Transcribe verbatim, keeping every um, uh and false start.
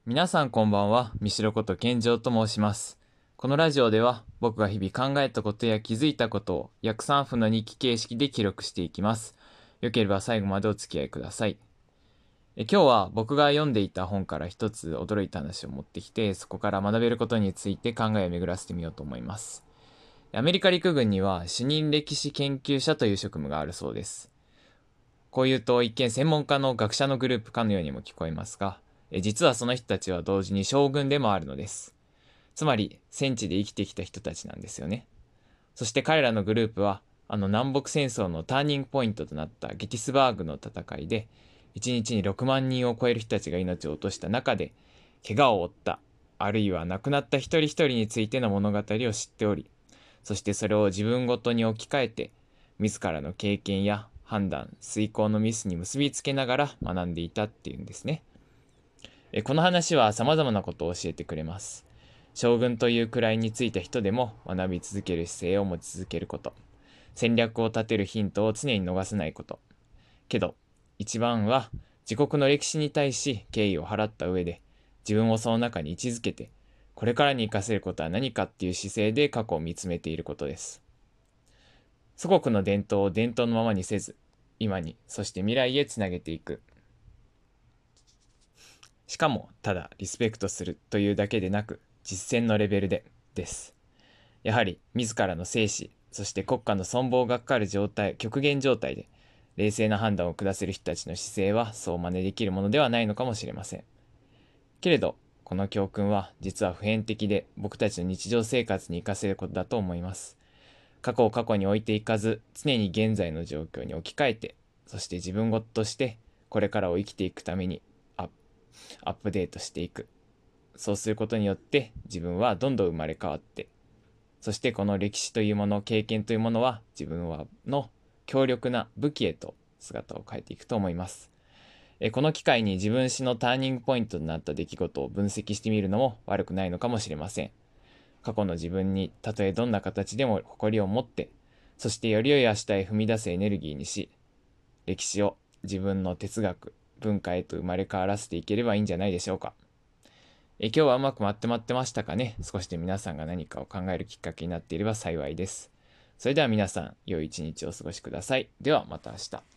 皆さんこんばんは、三代こと健丈と申します。このラジオでは僕が日々考えたことや気づいたことを約さんぷんの日記形式で記録していきます。よければ最後までお付き合いください。え今日は僕が読んでいた本から一つ驚いた話を持ってきて、そこから学べることについて考えを巡らせてみようと思います。アメリカ陸軍には主任歴史研究者という職務があるそうです。こう言うと一見専門家の学者のグループかのようにも聞こえますが、え実はその人たちは同時に将軍でもあるのです。つまり戦地で生きてきた人たちなんですよね。そして彼らのグループはあの南北戦争のターニングポイントとなったゲティスバーグの戦いでいちにちにろくまん人を超える人たちが命を落とした中で怪我を負ったあるいは亡くなった一人一人についての物語を知っており、そしてそれを自分ごとに置き換えて自らの経験や判断遂行のミスに結びつけながら学んでいたっていうんですね。えこの話は様々なことを教えてくれます。将軍という位についた人でも学び続ける姿勢を持ち続けること。戦略を立てるヒントを常に逃さないこと。けど、一番は自国の歴史に対し敬意を払った上で、自分をその中に位置づけて、これからに活かせることは何かっていう姿勢で過去を見つめていることです。祖国の伝統を伝統のままにせず、今に、そして未来へつなげていく。しかも、ただリスペクトするというだけでなく、実践のレベルで、です。やはり、自らの生死、そして国家の存亡がかかる状態、極限状態で、冷静な判断を下せる人たちの姿勢は、そう真似できるものではないのかもしれません。けれど、この教訓は、実は普遍的で、僕たちの日常生活に活かせることだと思います。過去を過去に置いていかず、常に現在の状況に置き換えて、そして自分ごとして、これからを生きていくためにアップ、アップデートしていく。そうすることによって自分はどんどん生まれ変わって、そしてこの歴史というもの、経験というものは自分はの強力な武器へと姿を変えていくと思います。えこの機会に自分史のターニングポイントになった出来事を分析してみるのも悪くないのかもしれません。過去の自分にたとえどんな形でも誇りを持って、そしてより良い明日へ踏み出すエネルギーにし、歴史を自分の哲学、文化へと生まれ変わらせていければいいんじゃないでしょうか。え今日はうまくまってまってましたかね。少しで皆さんが何かを考えるきっかけになっていれば幸いです。それでは皆さん、良い一日をお過ごしください。ではまた明日。